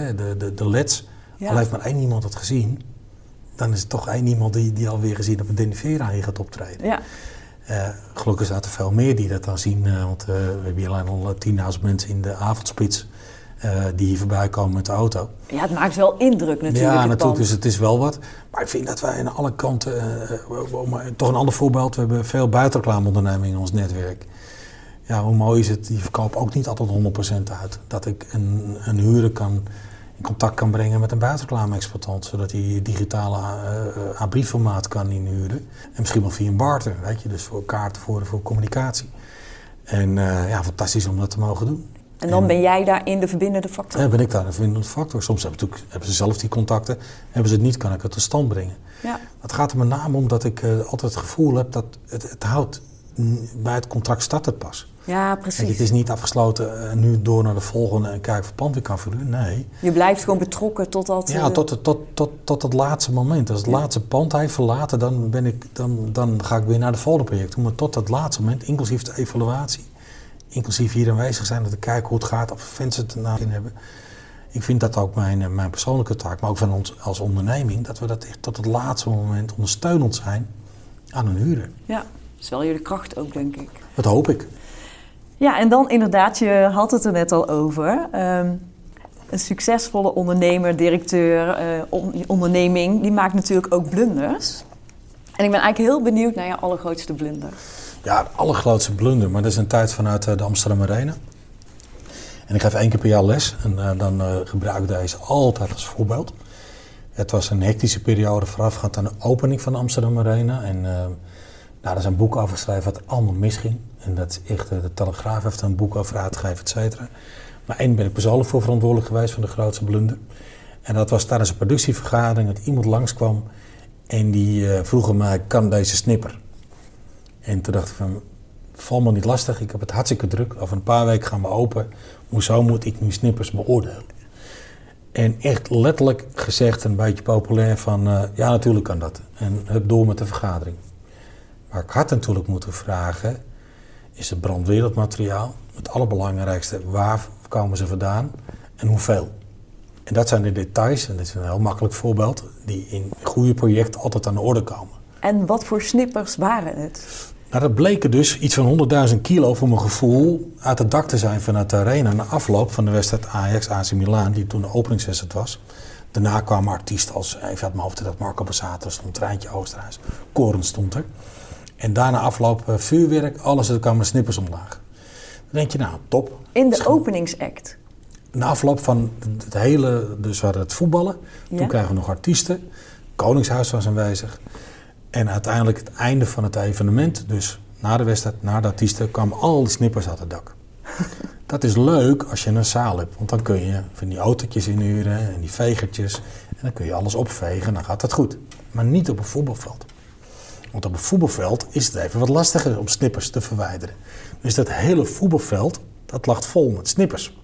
de LED's. Ja. Al heeft maar één iemand het gezien, dan is het toch één iemand die alweer gezien dat Danny Vera hier gaat optreden. Ja. Gelukkig zijn er veel meer die dat dan zien, want we hebben hier alleen al 10.000 mensen in de avondspits die hier voorbij komen met de auto. Ja, het maakt wel indruk natuurlijk. Ja, natuurlijk, dus het is wel wat. Maar ik vind dat wij aan alle kanten, toch een ander voorbeeld, we hebben veel buitenreclameondernemingen in ons netwerk. Ja, hoe mooi is het, die verkopen ook niet altijd 100% uit. Dat ik een huurder in contact kan brengen met een buitenreclame-exploitant, zodat hij digitale A3-formaat kan inhuren. En misschien wel via een barter, weet je, dus voor kaarten voor communicatie. En fantastisch om dat te mogen doen. En dan ben jij daarin de verbindende factor? Ja, ben ik daar de verbindende factor. Soms hebben ze zelf die contacten, hebben ze het niet, kan ik het tot stand brengen. Ja. Het gaat er met name om dat ik altijd het gevoel heb dat het houdt. Bij het contract start het pas. Ja, precies. Kijk, het is niet afgesloten nu door naar de volgende en kijken of het pand weer kan verhuren. Nee. Je blijft gewoon betrokken totdat... Ja, tot het laatste moment. Als het laatste pand heeft verlaten, dan ga ik weer naar de volgende project. Maar tot het laatste moment, inclusief de evaluatie. Inclusief hier aanwezig zijn om te kijken hoe het gaat, of fans het ernaar in hebben. Ik vind dat ook mijn persoonlijke taak, maar ook van ons als onderneming, dat we dat echt tot het laatste moment ondersteunend zijn aan een huurder. Ja, dat is wel jullie kracht ook, denk ik. Dat hoop ik. Ja, en dan inderdaad, je had het er net al over. Een succesvolle ondernemer, directeur, onderneming, die maakt natuurlijk ook blunders. En ik ben eigenlijk heel benieuwd naar je allergrootste blunder. Ja, de allergrootste blunder, maar dat is een tijd vanuit de Amsterdam Arena. En ik geef 1 keer per jaar les en dan gebruik ik deze altijd als voorbeeld. Het was een hectische periode voorafgaand aan de opening van de Amsterdam Arena. En daar is een boek over geschreven wat allemaal misging. En dat is echt, de Telegraaf heeft er een boek over uitgegeven, et cetera. Maar één ben ik persoonlijk voor verantwoordelijk geweest van de grootste blunder. En dat was tijdens een productievergadering dat iemand langskwam en die vroeg mij, kan deze snipper? En toen dacht ik van, val me niet lastig, ik heb het hartstikke druk. Over een paar weken gaan we open. Hoezo moet ik nu snippers beoordelen? En echt letterlijk gezegd, een beetje populair van, ja natuurlijk kan dat. En hup door met de vergadering. Maar ik had natuurlijk moeten vragen, is het brandweermateriaal? Het allerbelangrijkste, waar komen ze vandaan en hoeveel? En dat zijn de details, en dit is een heel makkelijk voorbeeld, die in goede projecten altijd aan de orde komen. En wat voor snippers waren het? Nou, dat bleken dus iets van 100.000 kilo voor mijn gevoel uit het dak te zijn vanuit de arena na afloop van de wedstrijd Ajax-AC Milan, die toen de openingswedstrijd was. Daarna kwamen artiesten als, even uit mijn hoofd, dat Marco Borsato stond, Treintje Oosterhuis, Koren stond er. En daarna afloop vuurwerk, alles, er kwamen snippers omlaag. Dan denk je, nou, top. In de openingsact? Na afloop van het hele, dus we hadden het voetballen, toen kregen we nog artiesten, Koningshuis was aanwezig. En uiteindelijk het einde van het evenement, dus na de wedstrijd, na de artiesten, kwamen al die snippers uit het dak. Dat is leuk als je een zaal hebt, want dan kun je van die autootjes inhuren en die vegertjes. En dan kun je alles opvegen en dan gaat dat goed. Maar niet op een voetbalveld. Want op een voetbalveld is het even wat lastiger om snippers te verwijderen. Dus dat hele voetbalveld, dat lag vol met snippers.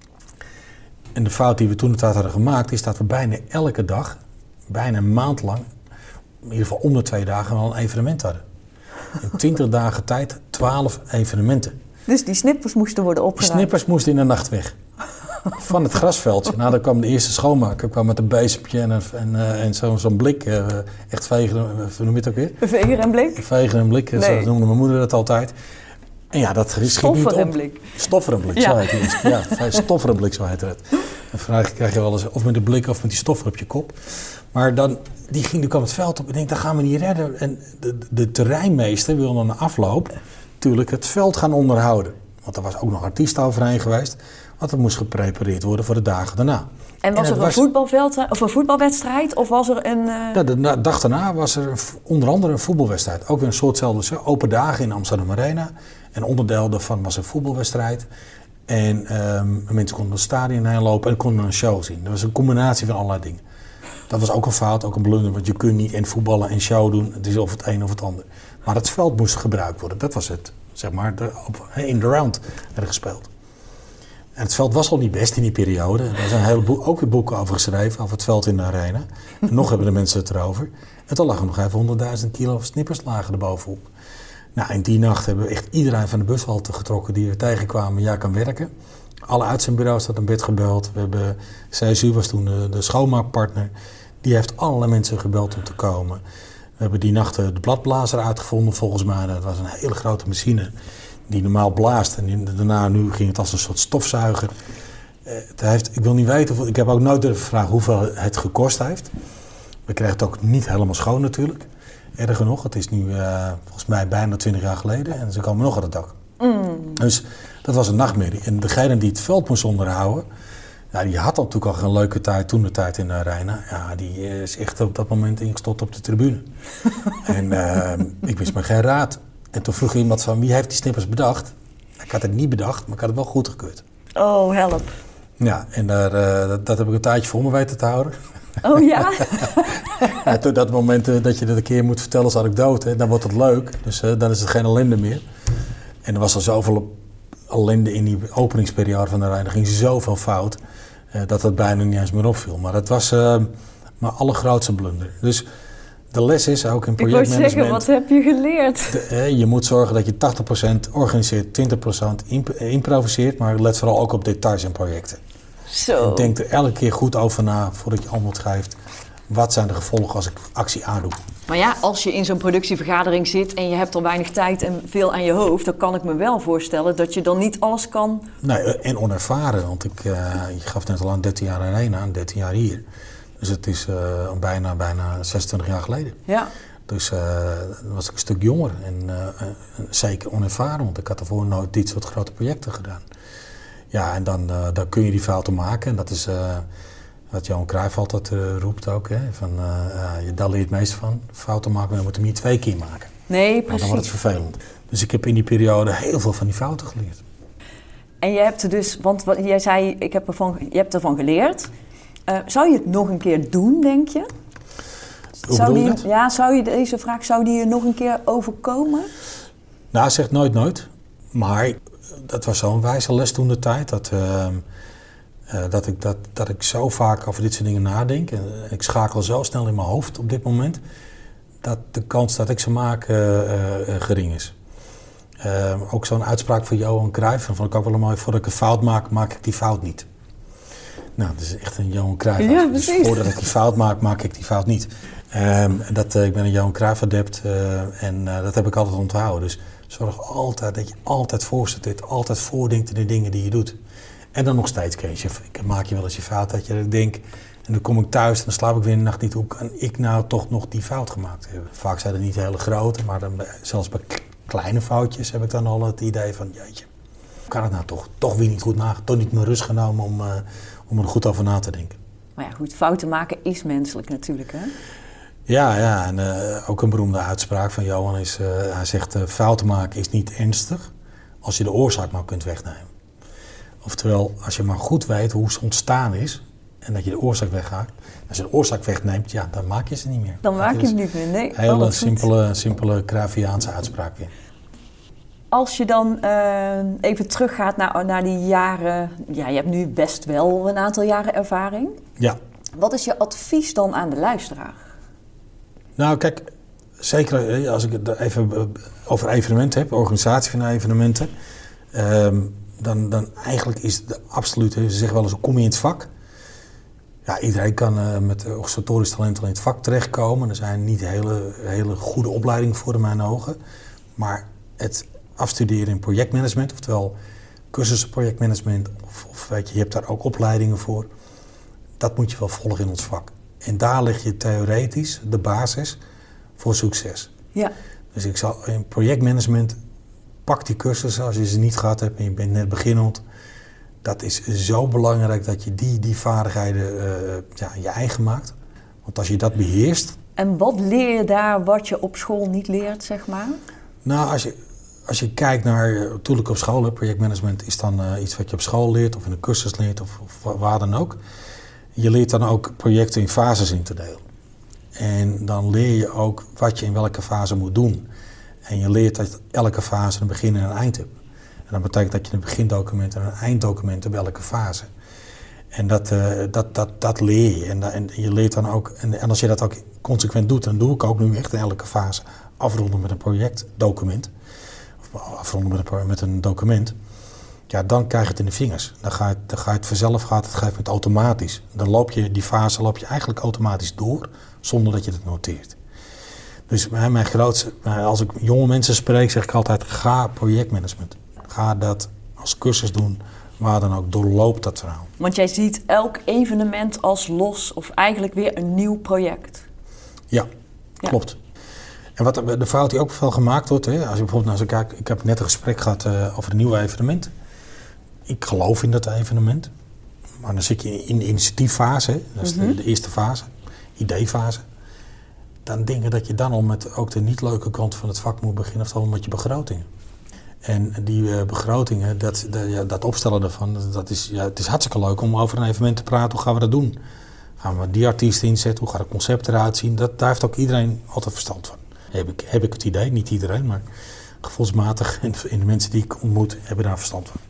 En de fout die we toen hadden gemaakt, is dat we bijna elke dag, bijna een maand lang, in ieder geval om de 2 dagen, al een evenement hadden. In 20 dagen tijd 12 evenementen. Dus die snippers moesten worden opgeruimd? Die snippers moesten in de nacht weg. van het grasveldje. Nou, dan kwam de eerste schoonmaker. Kwam met een bezempje en zo'n blik. Echt vegen, hoe noem je het ook weer? Veger en blik? Vegen en blik, zo noemde mijn moeder dat altijd. En ja, dat schiet niet op. Stoffer en blik. Stoffer en blik, zo heet het. Ja, stoffer en blik, zo heet het. Dan krijg je wel eens of met de blik of met die stoffer op je kop. Maar dan, die kwam het veld op. Ik denk, dat gaan we niet redden. En de terreinmeester wilde na afloop natuurlijk het veld gaan onderhouden. Want er was ook nog artiesten overheen geweest. Want het moest geprepareerd worden voor de dagen daarna. En was er een voetbalveld of een voetbalwedstrijd? Of was er een... De dag daarna was er onder andere een voetbalwedstrijd. Ook weer een soortzelfde open dagen in Amsterdam Arena. En onderdeel daarvan was een voetbalwedstrijd. En mensen konden het stadion heen lopen en konden een show zien. Dat was een combinatie van allerlei dingen. Dat was ook een fout, ook een blunder. Want je kunt niet en voetballen en show doen. Het is of het een of het ander. Maar het veld moest gebruikt worden. Dat was het. Zeg maar, in de round werd gespeeld. En het veld was al niet best in die periode. Er zijn ook weer boeken over geschreven, over het veld in de arena. En nog hebben de mensen het erover. En toen lag er nog even 100.000 kilo snippers lagen erbovenop. Nou, in die nacht hebben we echt iedereen van de bushalte getrokken die we tegenkwamen. Ja, kan werken. Alle uitzendbureaus hadden een bed gebeld. We hebben, CSU was toen de schoonmaakpartner. Die heeft allerlei mensen gebeld om te komen. We hebben die nacht de bladblazer uitgevonden volgens mij. Dat was een hele grote machine die normaal blaast. En daarna nu ging het als een soort stofzuiger. Ik wil niet weten, ik heb ook nooit durven vragen hoeveel het gekost heeft. We kregen het ook niet helemaal schoon natuurlijk. Erger nog, het is nu volgens mij bijna 20 jaar geleden en ze komen nog aan het dak. Dus dat was een nachtmerrie. En degene die het veld moest onderhouden, ja, die had natuurlijk al een leuke tijd, toen de tijd in de arena. Ja, die is echt op dat moment ingestort op de tribune. En ik wist maar geen raad. En toen vroeg iemand van, wie heeft die snippers bedacht? Ik had het niet bedacht, maar ik had het wel goedgekeurd. Oh, help. Ja, en dat heb ik een tijdje voor me weten te houden. Oh ja? Ja, tot dat moment dat je dat een keer moet vertellen als anekdote, dan wordt het leuk. Dus dan is het geen ellende meer. En er was al zoveel ellende in die openingsperiode van de Rijn. Er ging zoveel fout dat het bijna niet eens meer opviel. Maar het was mijn allergrootste blunder. Dus de les is ook in projectmanagement. Ik wou zeggen, wat heb je geleerd? Je moet zorgen dat je 80% organiseert, 20% improviseert. Maar let vooral ook op details en projecten. Zo. En denk er elke keer goed over na voordat je antwoord geeft. Wat zijn de gevolgen als ik actie A doe? Maar ja, als je in zo'n productievergadering zit en je hebt er weinig tijd en veel aan je hoofd, dan kan ik me wel voorstellen dat je dan niet alles kan. Nee, en onervaren, want je gaf net al aan 13 jaar Arena en 13 jaar hier. Dus het is bijna 26 jaar geleden. Ja. Dus dan was ik een stuk jonger en zeker onervaren, want ik had ervoor nooit dit soort grote projecten gedaan. Ja, en dan kun je die fouten maken en dat is wat Johan Cruijff altijd roept ook. Hè, van, daar leer je het meest van. Fouten maken, maar je moet hem niet 2 keer maken. Nee, precies. Want dan wordt het vervelend. Dus ik heb in die periode heel veel van die fouten geleerd. En je hebt er dus, want jij zei, je hebt ervan geleerd. Zou je het nog een keer doen, denk je? Zou je deze vraag, zou die je nog een keer overkomen? Nou, zeg nooit. Maar dat was zo'n wijze les toen de tijd. Dat ik zo vaak over dit soort dingen nadenk. En ik schakel zo snel in mijn hoofd op dit moment. Dat de kans dat ik ze maak gering is. Ook zo'n uitspraak van Johan Cruijff. Vond ik ook wel mooi. Voordat ik een fout maak, maak ik die fout niet. Nou, dat is echt een Johan Cruijff. Ja, dus voordat ik die fout maak, maak ik die fout niet. Ik ben een Johan Cruijff adept. En dat heb ik altijd onthouden. Dus zorg altijd dat je altijd voorzet. Altijd voordenkt in de dingen die je doet. En dan nog steeds, Kees, maak je wel eens je fout dat je denkt. En dan kom ik thuis en dan slaap ik weer een nacht niet. Hoe kan ik nou toch nog die fout gemaakt hebben? Vaak zijn het niet hele grote, maar dan, zelfs bij kleine foutjes heb ik dan al het idee van, jeetje, kan het nou toch weer niet goed nagedacht? Toch niet mijn rust genomen om er goed over na te denken. Maar ja, goed, fouten maken is menselijk natuurlijk, hè? Ja, en ook een beroemde uitspraak van Johan is, hij zegt, fouten maken is niet ernstig als je de oorzaak maar kunt wegnemen. Oftewel, als je maar goed weet hoe ze ontstaan is en dat je de oorzaak weggaat. Als je de oorzaak wegneemt, ja, dan maak je ze niet meer. Dan maak je ze niet meer, nee. Hele simpele Cruyffiaanse uitspraak weer. Als je dan even teruggaat naar die jaren. Ja, je hebt nu best wel een aantal jaren ervaring. Ja. Wat is je advies dan aan de luisteraar? Nou, kijk, zeker als ik het even over evenementen heb, organisatie van evenementen. dan eigenlijk is de absolute, ze zeggen wel eens, hoe kom je in het vak? Ja, iedereen kan met organisatorisch talent al in het vak terechtkomen. Er zijn niet hele goede opleidingen voor in mijn ogen. Maar het afstuderen in projectmanagement, oftewel cursussen projectmanagement, of weet je hebt daar ook opleidingen voor. Dat moet je wel volgen in ons vak. En daar leg je theoretisch de basis voor succes. Ja. Dus ik zal in projectmanagement, pak die cursussen als je ze niet gehad hebt en je bent net beginnend. Dat is zo belangrijk dat je die vaardigheden je eigen maakt. Want als je dat beheerst. En wat leer je daar wat je op school niet leert, zeg maar? Nou, als je kijkt naar, natuurlijk op school, projectmanagement is dan iets wat je op school leert of in een cursus leert of waar dan ook. Je leert dan ook projecten in fases in te delen. En dan leer je ook wat je in welke fase moet doen. En je leert dat elke fase een begin en een eind hebt. En dat betekent dat je een begindocument en een einddocument hebt bij elke fase. En dat leer je. En je leert dan ook, en als je dat ook consequent doet, dan doe ik ook nu echt in elke fase afronden met een projectdocument. Of afronden met een document. Ja, dan krijg je het in de vingers. Dan ga je het vanzelf, gaat het gegeven moment automatisch. Dan loop je die fase eigenlijk automatisch door, zonder dat je het noteert. Dus mijn grootste, als ik jonge mensen spreek, zeg ik altijd, ga projectmanagement. Ga dat als cursus doen, waar dan ook, doorloop dat verhaal. Want jij ziet elk evenement als los of eigenlijk weer een nieuw project. Ja, klopt. En wat de fout die ook veel gemaakt wordt, als je bijvoorbeeld naar zo kijkt, ik heb net een gesprek gehad over een nieuw evenement. Ik geloof in dat evenement, maar dan zit je in de initiatieffase, dat is de eerste fase, ideefase. Dan denk ik dat je dan al met ook de niet leuke kant van het vak moet beginnen, oftewel met je begrotingen. En die begrotingen, dat opstellen daarvan, het is hartstikke leuk om over een evenement te praten. Hoe gaan we dat doen? Gaan we die artiesten inzetten? Hoe gaat het concept eruit zien? Daar heeft ook iedereen altijd verstand van. Heb ik het idee, niet iedereen, maar gevoelsmatig en de mensen die ik ontmoet hebben daar verstand van.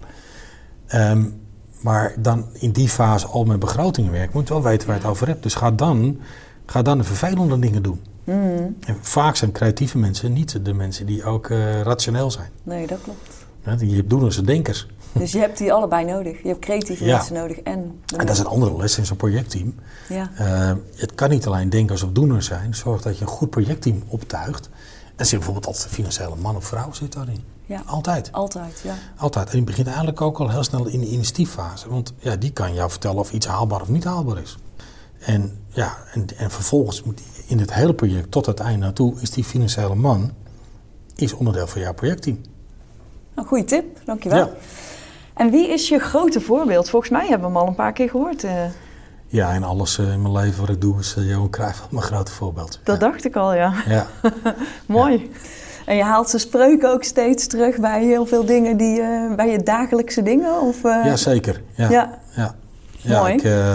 Maar dan in die fase al met begrotingen werken, moet je wel weten waar je het over hebt. Dus ga dan de vervelende dingen doen. En vaak zijn creatieve mensen niet de mensen die ook rationeel zijn. Nee, dat klopt. Ja, die doeners en denkers. Dus je hebt die allebei nodig. Je hebt creatieve mensen nodig en dat is een andere les in zo'n projectteam. Ja. Het kan niet alleen denkers of doeners zijn. Zorg dat je een goed projectteam optuigt. En zie bijvoorbeeld altijd een financiële man of vrouw zit daarin. Ja. Altijd. Altijd, ja. Altijd. En die begint eigenlijk ook al heel snel in de initiatieffase. Want die kan jou vertellen of iets haalbaar of niet haalbaar is. En vervolgens moet in het hele project tot het einde naartoe is die financiële man onderdeel van jouw projectteam. Een goede tip, dankjewel. Ja. En wie is je grote voorbeeld? Volgens mij hebben we hem al een paar keer gehoord. Ja, en alles in mijn leven wat ik doe is Johan Cruijff mijn grote voorbeeld. Dat dacht ik al, ja. Mooi. Ja. En je haalt zijn spreuken ook steeds terug bij heel veel dingen bij je dagelijkse dingen? Of, Ja, zeker. Ja. Mooi.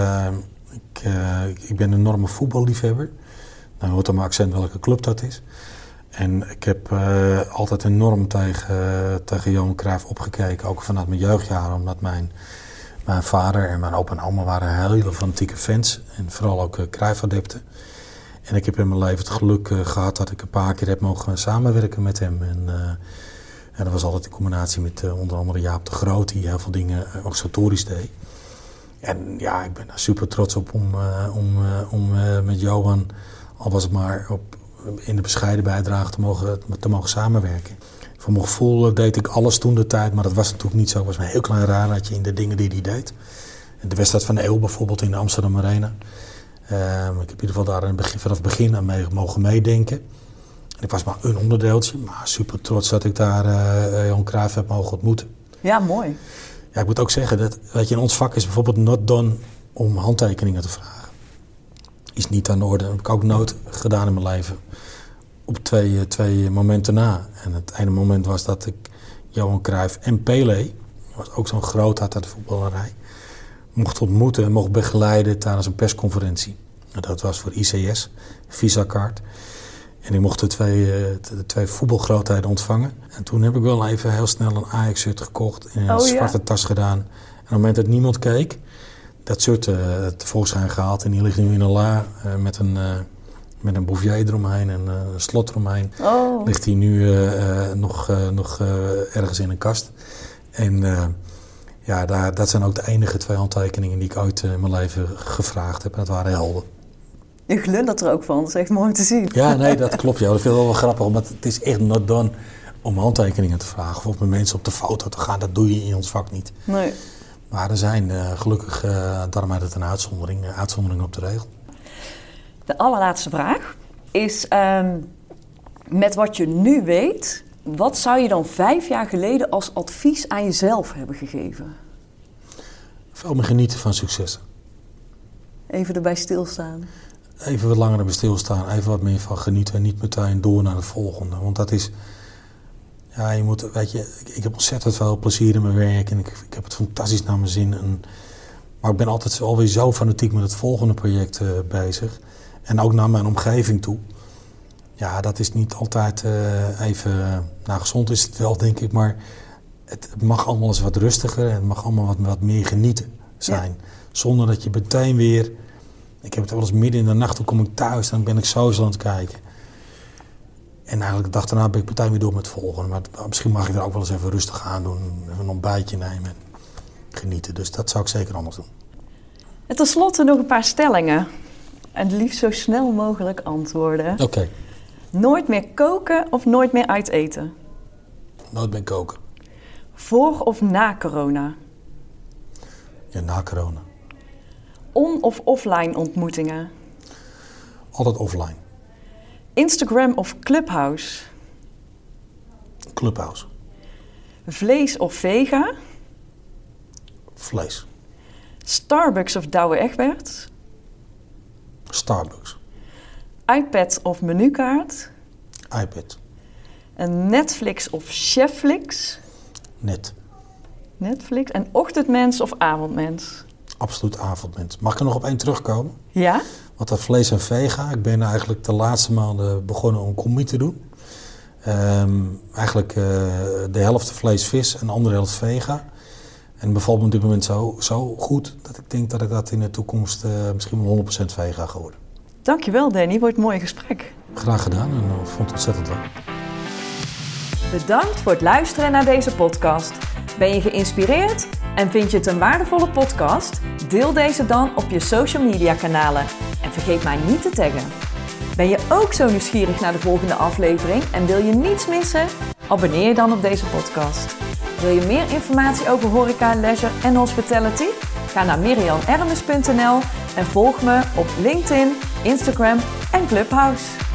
Ik ben een enorme voetballiefhebber. Dan hoort aan mijn accent welke club dat is. En ik heb altijd enorm tegen Johan Cruijff opgekeken, ook vanuit mijn jeugdjaren, omdat mijn vader en mijn opa en oma waren hele fanatieke fans en vooral ook Cruijff-adepten. En ik heb in mijn leven het geluk gehad dat ik een paar keer heb mogen samenwerken met hem. En dat was altijd in combinatie met onder andere Jaap de Groot, die heel veel dingen organisatorisch deed. En ja, ik ben daar super trots op om met Johan, al was het maar in de bescheiden bijdrage te mogen samenwerken. Voor mijn gevoel deed ik alles toen de tijd, maar dat was natuurlijk niet zo. Het was een heel klein radertje in de dingen die hij deed. De wedstrijd van de eeuw bijvoorbeeld in de Amsterdam Arena. Ik heb in ieder geval daar vanaf het begin aan mogen meedenken. En ik was maar een onderdeeltje, maar super trots dat ik daar Johan Cruijff heb mogen ontmoeten. Ja, mooi. Ja, ik moet ook zeggen dat in ons vak is bijvoorbeeld not done om handtekeningen te vragen. Is niet aan de orde. Dat heb ik ook nooit gedaan in mijn leven. Op twee momenten na. En het ene moment was dat ik Johan Cruijff en Pelé, was ook zo'n grootheid uit de voetballerij, mocht ontmoeten en mocht begeleiden tijdens een persconferentie. En dat was voor ICS, Visa-kaart. En ik mocht de twee voetbalgrootheden ontvangen. En toen heb ik wel even heel snel een Ajax-shirt gekocht en een zwarte tas gedaan. En op het moment dat niemand keek, dat shirt tevoorschijn gehaald. En die ligt nu in een la met een bouvier eromheen en een slot eromheen. Ligt hij nu nog ergens in een kast. En Ja, dat zijn ook de enige 2 handtekeningen die ik ooit in mijn leven gevraagd heb. En dat waren helden. Je glundert er ook van, dat is echt mooi te zien. Ja, nee, dat klopt. Ja. Dat vind ik wel grappig, want het is echt not done om handtekeningen te vragen. Of met mensen op de foto te gaan, dat doe je in ons vak niet. Nee. Maar er zijn gelukkig, daarom is het een uitzondering op de regel. De allerlaatste vraag is, met wat je nu weet, wat zou je dan 5 jaar geleden als advies aan jezelf hebben gegeven? Veel meer genieten van successen. Even erbij stilstaan. Even wat langer erbij stilstaan, even wat meer van genieten en niet meteen door naar het volgende. Want dat is, ja, je moet, weet je, ik heb ontzettend veel plezier in mijn werk en ik heb het fantastisch naar mijn zin. Maar ik ben altijd alweer zo fanatiek met het volgende project bezig. En ook naar mijn omgeving toe. Ja, dat is niet altijd even, nou gezond is het wel denk ik, maar het mag allemaal eens wat rustiger en het mag allemaal wat meer genieten zijn. Ja. Zonder dat je meteen weer, ik heb het wel eens midden in de nacht, dan kom ik thuis, dan ben ik zo aan het kijken. En eigenlijk de dag daarna ben ik meteen weer door met het volgende. Maar misschien mag ik er ook wel eens even rustig aan doen, even een ontbijtje nemen en genieten. Dus dat zou ik zeker anders doen. En tenslotte nog een paar stellingen. En liefst zo snel mogelijk antwoorden. Oké. Nooit meer koken of nooit meer uit eten? Nooit meer koken. Voor of na corona? Ja, na corona. On- of offline ontmoetingen? Altijd offline. Instagram of Clubhouse? Clubhouse. Vlees of vega? Vlees. Starbucks of Douwe Egberts? Starbucks. iPad of menukaart? iPad. En Netflix of Chefflix? Netflix. En ochtendmens of avondmens? Absoluut avondmens. Mag ik er nog op 1 terugkomen? Ja? Want dat vlees en vega. Ik ben eigenlijk de laatste maanden begonnen om combi te doen. Eigenlijk de helft vlees, vis en de andere helft vega. En bevalt me op dit moment zo goed dat ik denk dat ik dat in de toekomst misschien wel 100% vega ga worden. Dankjewel Danny voor het mooie gesprek. Graag gedaan en ik vond het ontzettend leuk. Bedankt voor het luisteren naar deze podcast. Ben je geïnspireerd en vind je het een waardevolle podcast? Deel deze dan op je social media kanalen en vergeet mij niet te taggen. Ben je ook zo nieuwsgierig naar de volgende aflevering en wil je niets missen? Abonneer je dan op deze podcast. Wil je meer informatie over horeca, leisure en hospitality? Ga naar mirianermes.nl en volg me op LinkedIn, Instagram en Clubhouse.